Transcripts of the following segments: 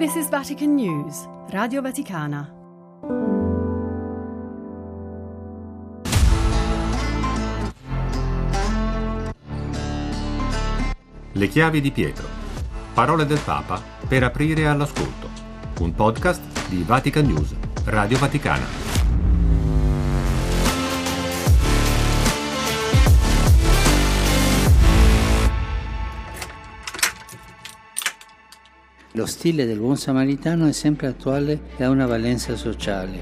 This is Vatican News, Radio Vaticana. Le chiavi di Pietro. Parole del Papa per aprire all'ascolto. Un podcast di Vatican News, Radio Vaticana. Lo stile del buon samaritano è sempre attuale e ha una valenza sociale.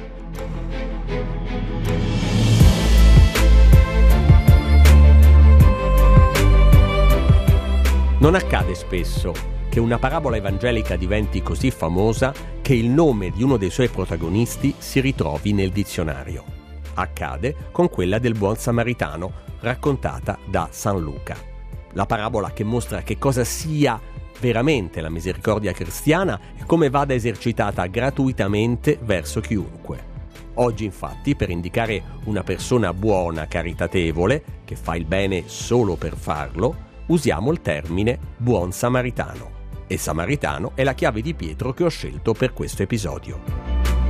Non accade spesso che una parabola evangelica diventi così famosa che il nome di uno dei suoi protagonisti si ritrovi nel dizionario. Accade con quella del buon samaritano, raccontata da San Luca. La parabola che mostra che cosa sia veramente la misericordia cristiana e come vada esercitata gratuitamente verso chiunque. Oggi infatti, per indicare una persona buona, caritatevole, che fa il bene solo per farlo, usiamo il termine buon samaritano. E samaritano è la chiave di Pietro che ho scelto per questo episodio.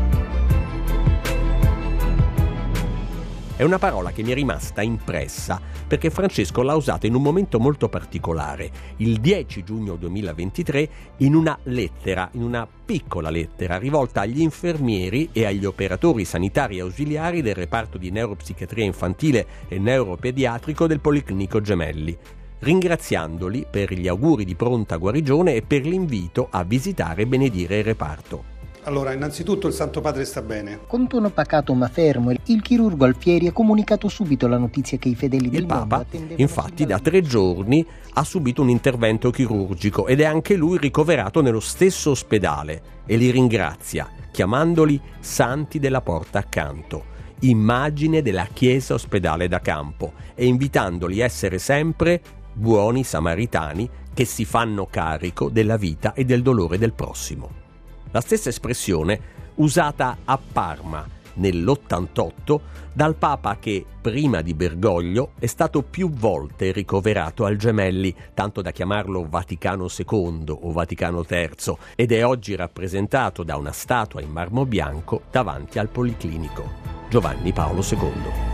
È una parola che mi è rimasta impressa perché Francesco l'ha usata in un momento molto particolare, il 10 giugno 2023, in una piccola lettera rivolta agli infermieri e agli operatori sanitari ausiliari del reparto di neuropsichiatria infantile e neuropediatrico del Policlinico Gemelli, ringraziandoli per gli auguri di pronta guarigione e per l'invito a visitare e benedire il reparto. Allora, innanzitutto il Santo Padre sta bene. Con tono pacato ma fermo, il chirurgo Alfieri ha comunicato subito la notizia che i fedeli del mondo attendevano. Il Papa, infatti, da 3 giorni ha subito un intervento chirurgico ed è anche lui ricoverato nello stesso ospedale e li ringrazia, chiamandoli santi della porta accanto, immagine della Chiesa ospedale da campo, e invitandoli a essere sempre buoni samaritani che si fanno carico della vita e del dolore del prossimo. La stessa espressione usata a Parma nell'88 dal Papa che, prima di Bergoglio, è stato più volte ricoverato al Gemelli, tanto da chiamarlo Vaticano II o Vaticano III, ed è oggi rappresentato da una statua in marmo bianco davanti al Policlinico. Giovanni Paolo II.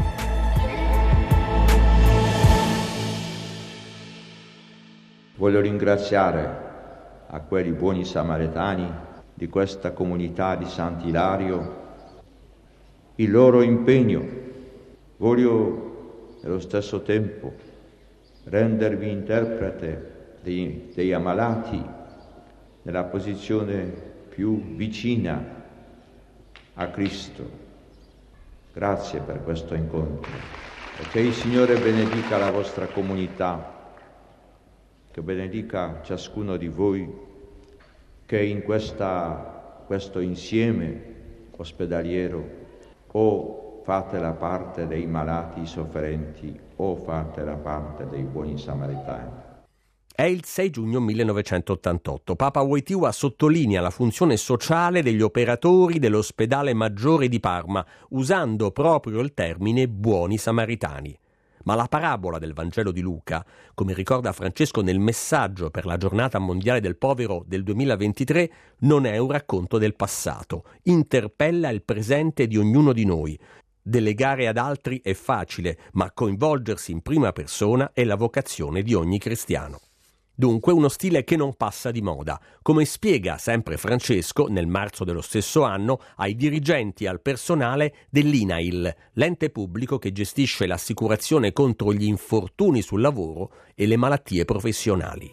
Voglio ringraziare a quelli buoni samaritani di questa comunità di Sant'Ilario il loro impegno. Voglio nello stesso tempo rendervi interprete degli ammalati nella posizione più vicina a Cristo. Grazie per questo incontro e che il Signore benedica la vostra comunità, che benedica ciascuno di voi che in questo insieme ospedaliero o fate la parte dei malati sofferenti o fate la parte dei buoni samaritani. È il 6 giugno 1988. Papa Wojtyła sottolinea la funzione sociale degli operatori dell'ospedale maggiore di Parma, usando proprio il termine buoni samaritani. Ma la parabola del Vangelo di Luca, come ricorda Francesco nel messaggio per la giornata mondiale del povero del 2023, non è un racconto del passato, interpella il presente di ognuno di noi. Delegare ad altri è facile, ma coinvolgersi in prima persona è la vocazione di ogni cristiano. Dunque uno stile che non passa di moda, come spiega sempre Francesco nel marzo dello stesso anno ai dirigenti e al personale dell'INAIL, l'ente pubblico che gestisce l'assicurazione contro gli infortuni sul lavoro e le malattie professionali.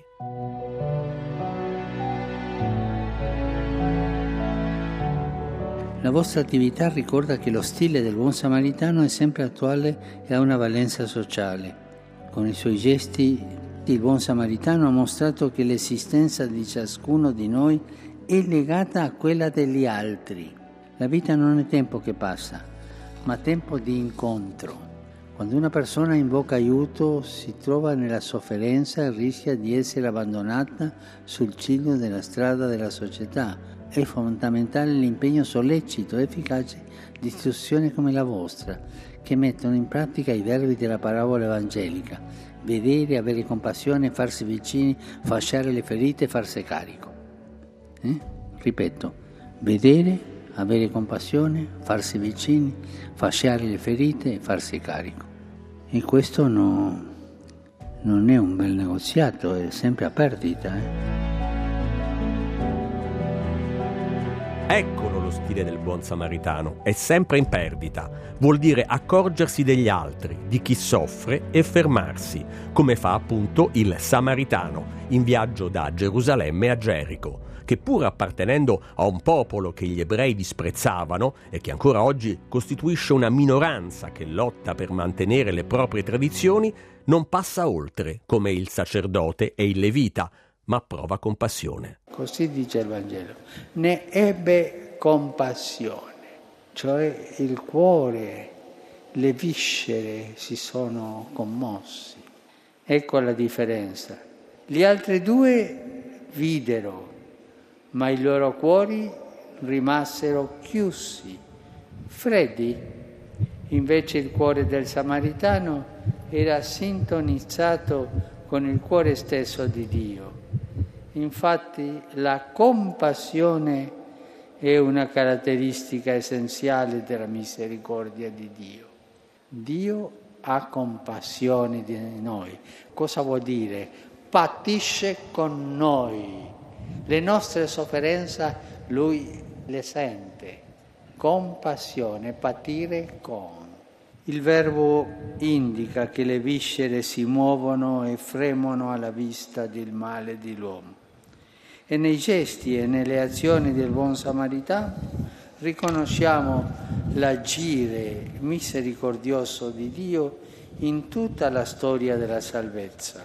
La vostra attività ricorda che lo stile del buon samaritano è sempre attuale e ha una valenza sociale. Con i suoi gesti il buon samaritano ha mostrato che l'esistenza di ciascuno di noi è legata a quella degli altri. La vita non è tempo che passa, ma tempo di incontro. Quando una persona invoca aiuto, si trova nella sofferenza e rischia di essere abbandonata sul ciglio della strada della società. È fondamentale l'impegno sollecito e efficace di istituzioni come la vostra, che mettono in pratica i verbi della parabola evangelica: vedere, avere compassione, farsi vicini, fasciare le ferite e farsi carico. Ripeto, vedere, avere compassione, farsi vicini, fasciare le ferite e farsi carico. E questo non è un bel negoziato, è sempre a perdita. Eccolo lo stile del buon samaritano, è sempre in perdita. Vuol dire accorgersi degli altri, di chi soffre e fermarsi, come fa appunto il samaritano in viaggio da Gerusalemme a Gerico, che pur appartenendo a un popolo che gli ebrei disprezzavano e che ancora oggi costituisce una minoranza che lotta per mantenere le proprie tradizioni, non passa oltre come il sacerdote e il levita, ma prova compassione. Così dice il Vangelo. Ne ebbe compassione, cioè il cuore, le viscere si sono commossi. Ecco la differenza. Gli altri due videro, ma i loro cuori rimasero chiusi, freddi. Invece il cuore del samaritano era sintonizzato con il cuore stesso di Dio. Infatti la compassione è una caratteristica essenziale della misericordia di Dio. Dio ha compassione di noi. Cosa vuol dire? Patisce con noi. Le nostre sofferenze Lui le sente. Compassione, patire con. Il verbo indica che le viscere si muovono e fremono alla vista del male dell'uomo. E nei gesti e nelle azioni del buon samaritano riconosciamo l'agire misericordioso di Dio in tutta la storia della salvezza.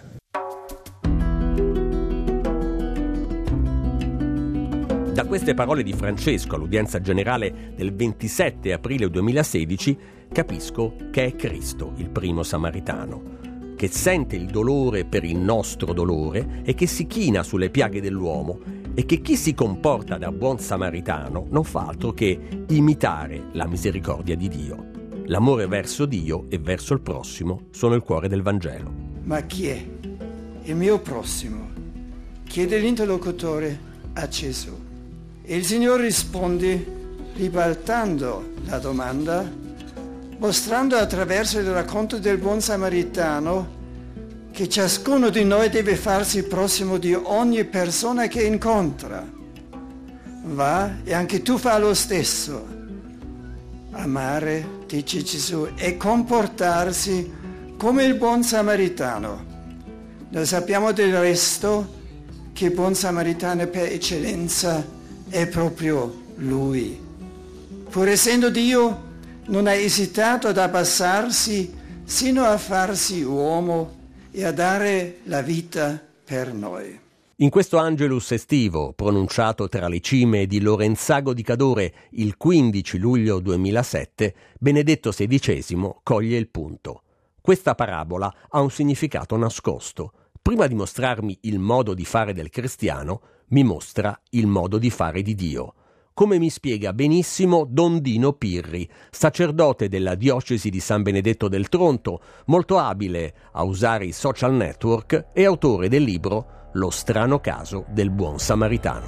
Da queste parole di Francesco all'udienza generale del 27 aprile 2016 capisco che è Cristo il primo samaritano, che sente il dolore per il nostro dolore e che si china sulle piaghe dell'uomo, e che chi si comporta da buon samaritano non fa altro che imitare la misericordia di Dio. L'amore verso Dio e verso il prossimo sono il cuore del Vangelo. Ma chi è il mio prossimo? Chiede l'interlocutore a Gesù. E il Signore risponde ribaltando la domanda, mostrando attraverso il racconto del buon samaritano che ciascuno di noi deve farsi prossimo di ogni persona che incontra. Va e anche tu fa lo stesso. Amare, dice Gesù, e comportarsi come il buon samaritano. Noi sappiamo del resto che il buon samaritano per eccellenza è proprio Lui. Pur essendo Dio, non ha esitato ad abbassarsi sino a farsi uomo e a dare la vita per noi. In questo Angelus estivo, pronunciato tra le cime di Lorenzago di Cadore il 15 luglio 2007, Benedetto XVI coglie il punto. Questa parabola ha un significato nascosto. Prima di mostrarmi il modo di fare del cristiano, mi mostra il modo di fare di Dio. Come mi spiega benissimo Don Dino Pirri, sacerdote della diocesi di San Benedetto del Tronto, molto abile a usare i social network e autore del libro Lo strano caso del buon samaritano.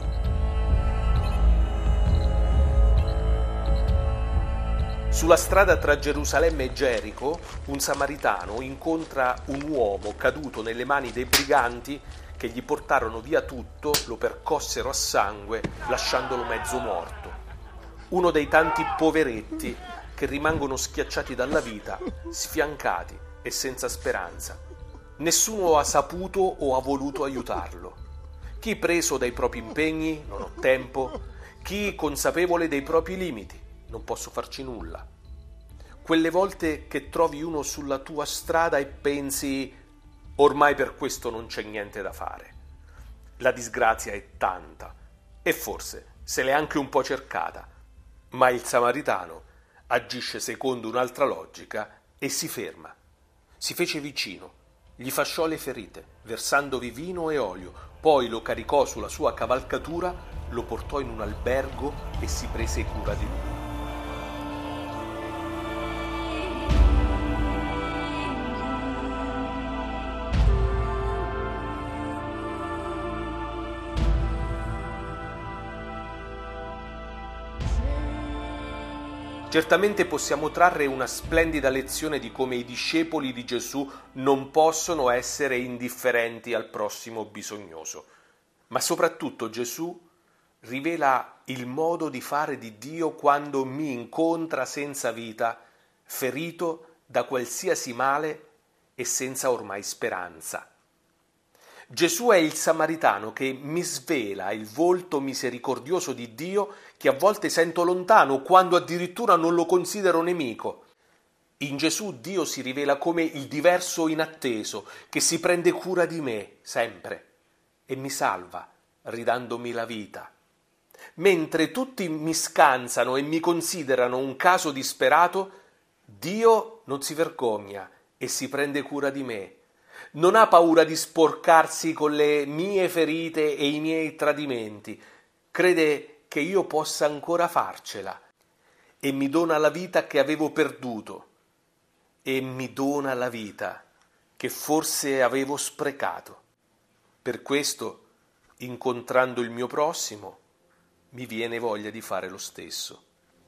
Sulla strada tra Gerusalemme e Gerico, un samaritano incontra un uomo caduto nelle mani dei briganti che gli portarono via tutto, lo percossero a sangue, lasciandolo mezzo morto. Uno dei tanti poveretti che rimangono schiacciati dalla vita, sfiancati e senza speranza. Nessuno ha saputo o ha voluto aiutarlo. Chi preso dai propri impegni, non ho tempo, chi consapevole dei propri limiti, non posso farci nulla. Quelle volte che trovi uno sulla tua strada e pensi ormai per questo non c'è niente da fare. La disgrazia è tanta e forse se l'è anche un po' cercata, ma il samaritano agisce secondo un'altra logica e si ferma. Si fece vicino, gli fasciò le ferite, versandovi vino e olio, poi lo caricò sulla sua cavalcatura, lo portò in un albergo e si prese cura di lui. Certamente possiamo trarre una splendida lezione di come i discepoli di Gesù non possono essere indifferenti al prossimo bisognoso. Ma soprattutto Gesù rivela il modo di fare di Dio quando mi incontra senza vita, ferito da qualsiasi male e senza ormai speranza. Gesù è il samaritano che mi svela il volto misericordioso di Dio che a volte sento lontano, quando addirittura non lo considero nemico. In Gesù Dio si rivela come il diverso inatteso, che si prende cura di me sempre e mi salva, ridandomi la vita. Mentre tutti mi scansano e mi considerano un caso disperato, Dio non si vergogna e si prende cura di me. Non ha paura di sporcarsi con le mie ferite e i miei tradimenti. Crede che io possa ancora farcela e mi dona la vita che avevo perduto e mi dona la vita che forse avevo sprecato. Per questo, incontrando il mio prossimo, mi viene voglia di fare lo stesso.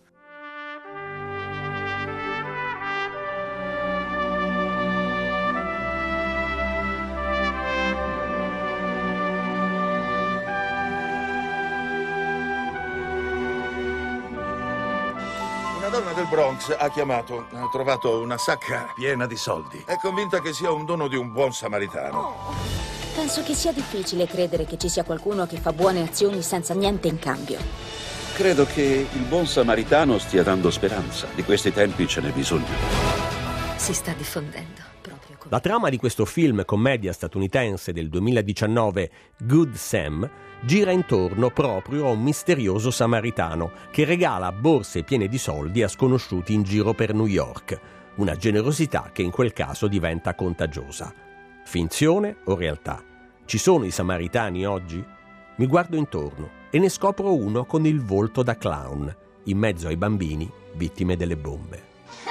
Una donna del Bronx ha chiamato, ha trovato una sacca piena di soldi. È convinta che sia un dono di un buon samaritano. Penso che sia difficile credere che ci sia qualcuno che fa buone azioni senza niente in cambio. Credo che il buon samaritano stia dando speranza. Di questi tempi ce n'è bisogno. Si sta diffondendo proprio come... La trama di questo film commedia statunitense del 2019, Good Sam, gira intorno proprio a un misterioso samaritano che regala borse piene di soldi a sconosciuti in giro per New York. Una generosità che in quel caso diventa contagiosa. Finzione o realtà? Ci sono i samaritani oggi? Mi guardo intorno e ne scopro uno con il volto da clown, in mezzo ai bambini vittime delle bombe.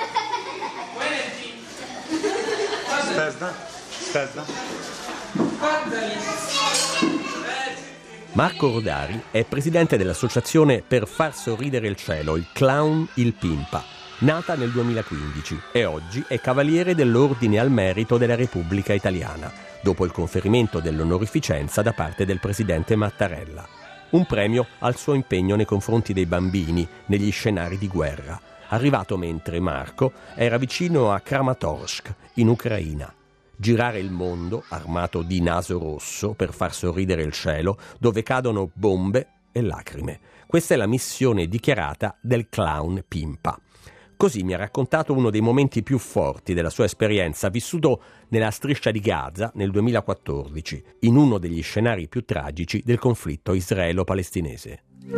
Marco Rodari è presidente dell'associazione Per far sorridere il cielo, il clown Il Pimpa, nata nel 2015 e oggi è cavaliere dell'Ordine al Merito della Repubblica Italiana, dopo il conferimento dell'onorificenza da parte del presidente Mattarella. Un premio al suo impegno nei confronti dei bambini negli scenari di guerra, arrivato mentre Marco era vicino a Kramatorsk, in Ucraina. Girare il mondo armato di naso rosso per far sorridere il cielo, dove cadono bombe e lacrime. Questa è la missione dichiarata del clown Pimpa. Così mi ha raccontato uno dei momenti più forti della sua esperienza, vissuto nella striscia di Gaza nel 2014, in uno degli scenari più tragici del conflitto israelo-palestinese.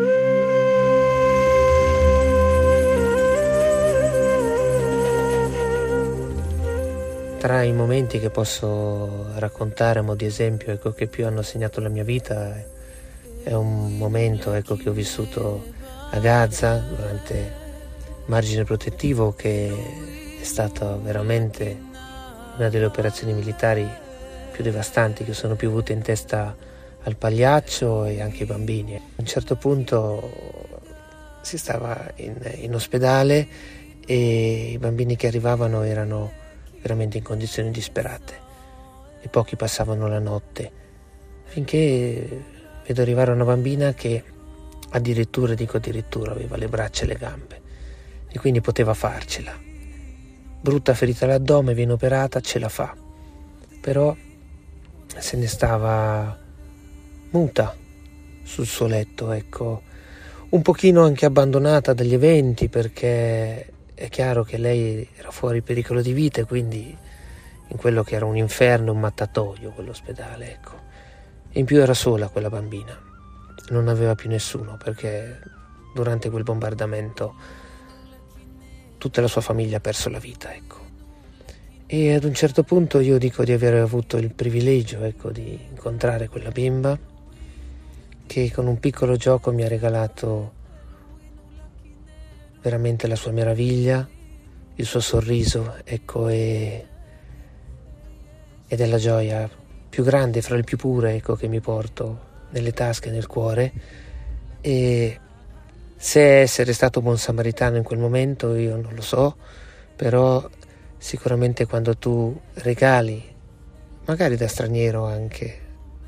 Tra i momenti che posso raccontare a mo' di esempio, che più hanno segnato la mia vita, è un momento che ho vissuto a Gaza durante Margine Protettivo, che è stata veramente una delle operazioni militari più devastanti che sono piovute in testa al pagliaccio e anche ai bambini. A un certo punto si stava in ospedale e i bambini che arrivavano erano veramente in condizioni disperate e pochi passavano la notte, finché vedo arrivare una bambina che addirittura aveva le braccia e le gambe e quindi poteva farcela. Brutta ferita all'addome, viene operata, ce la fa, però se ne stava muta sul suo letto, un pochino anche abbandonata dagli eventi, perché è chiaro che lei era fuori pericolo di vita e quindi in quello che era un inferno, un mattatoio quell'ospedale, E in più era sola quella bambina, non aveva più nessuno, perché durante quel bombardamento tutta la sua famiglia ha perso la vita, E ad un certo punto io dico di aver avuto il privilegio, di incontrare quella bimba che con un piccolo gioco mi ha regalato veramente la sua meraviglia, il suo sorriso, ed è la gioia più grande fra le più pure, che mi porto nelle tasche e nel cuore. E Se essere stato buon samaritano in quel momento io non lo so, però sicuramente quando tu regali, magari da straniero anche,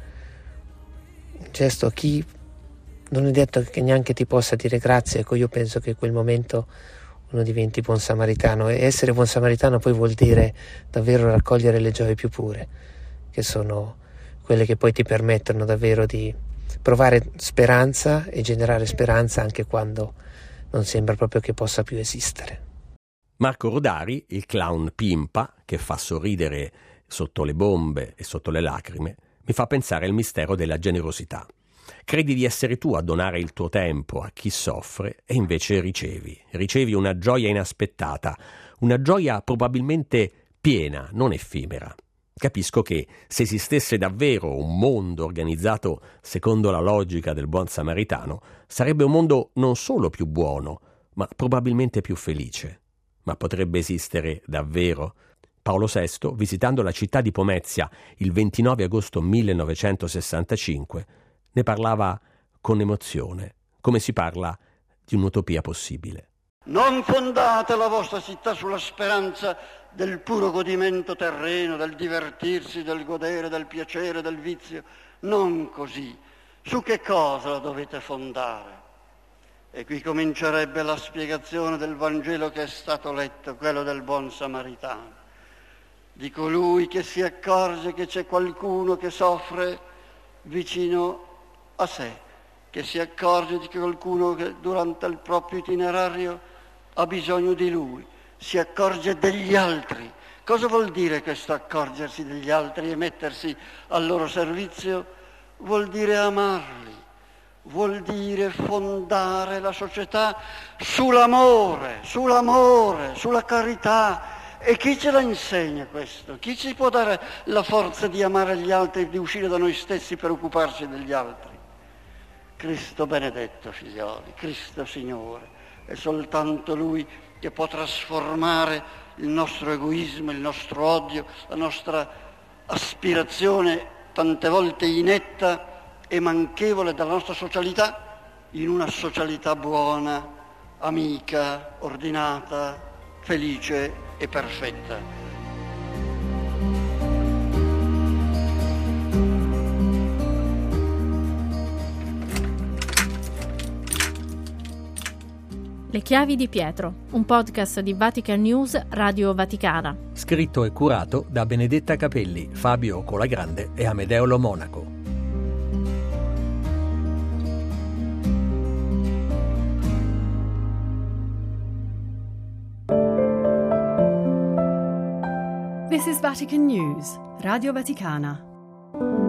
un gesto a chi non è detto che neanche ti possa dire grazie, ecco, io penso che in quel momento uno diventi buon samaritano, e essere buon samaritano poi vuol dire davvero raccogliere le gioie più pure, che sono quelle che poi ti permettono davvero di provare speranza e generare speranza anche quando non sembra proprio che possa più esistere. Marco Rodari, il clown pimpa, che fa sorridere sotto le bombe e sotto le lacrime, mi fa pensare al mistero della generosità. Credi di essere tu a donare il tuo tempo a chi soffre e invece ricevi una gioia inaspettata, una gioia probabilmente piena, non effimera. Capisco che se esistesse davvero un mondo organizzato secondo la logica del buon samaritano, sarebbe un mondo non solo più buono, ma probabilmente più felice. Ma potrebbe esistere davvero? Paolo VI, visitando la città di Pomezia il 29 agosto 1965, ne parlava con emozione, come si parla di un'utopia possibile. Non fondate la vostra città sulla speranza del puro godimento terreno, del divertirsi, del godere, del piacere, del vizio. Non così. Su che cosa la dovete fondare? E qui comincerebbe la spiegazione del Vangelo che è stato letto, quello del buon samaritano, di colui che si accorge che c'è qualcuno che soffre vicino a sé, che si accorge di qualcuno che durante il proprio itinerario ha bisogno di lui, si accorge degli altri. Cosa vuol dire questo accorgersi degli altri e mettersi al loro servizio? Vuol dire amarli, vuol dire fondare la società sull'amore, sulla carità. E chi ce la insegna questo? Chi ci può dare la forza di amare gli altri e di uscire da noi stessi per occuparsi degli altri? Cristo benedetto, figlioli, Cristo Signore. È soltanto Lui che può trasformare il nostro egoismo, il nostro odio, la nostra aspirazione tante volte inetta e manchevole della nostra socialità in una socialità buona, amica, ordinata, felice e perfetta. Le chiavi di Pietro, un podcast di Vatican News Radio Vaticana. Scritto e curato da Benedetta Capelli, Fabio Colagrande e Amedeo Lo Monaco. This is Vatican News, Radio Vaticana.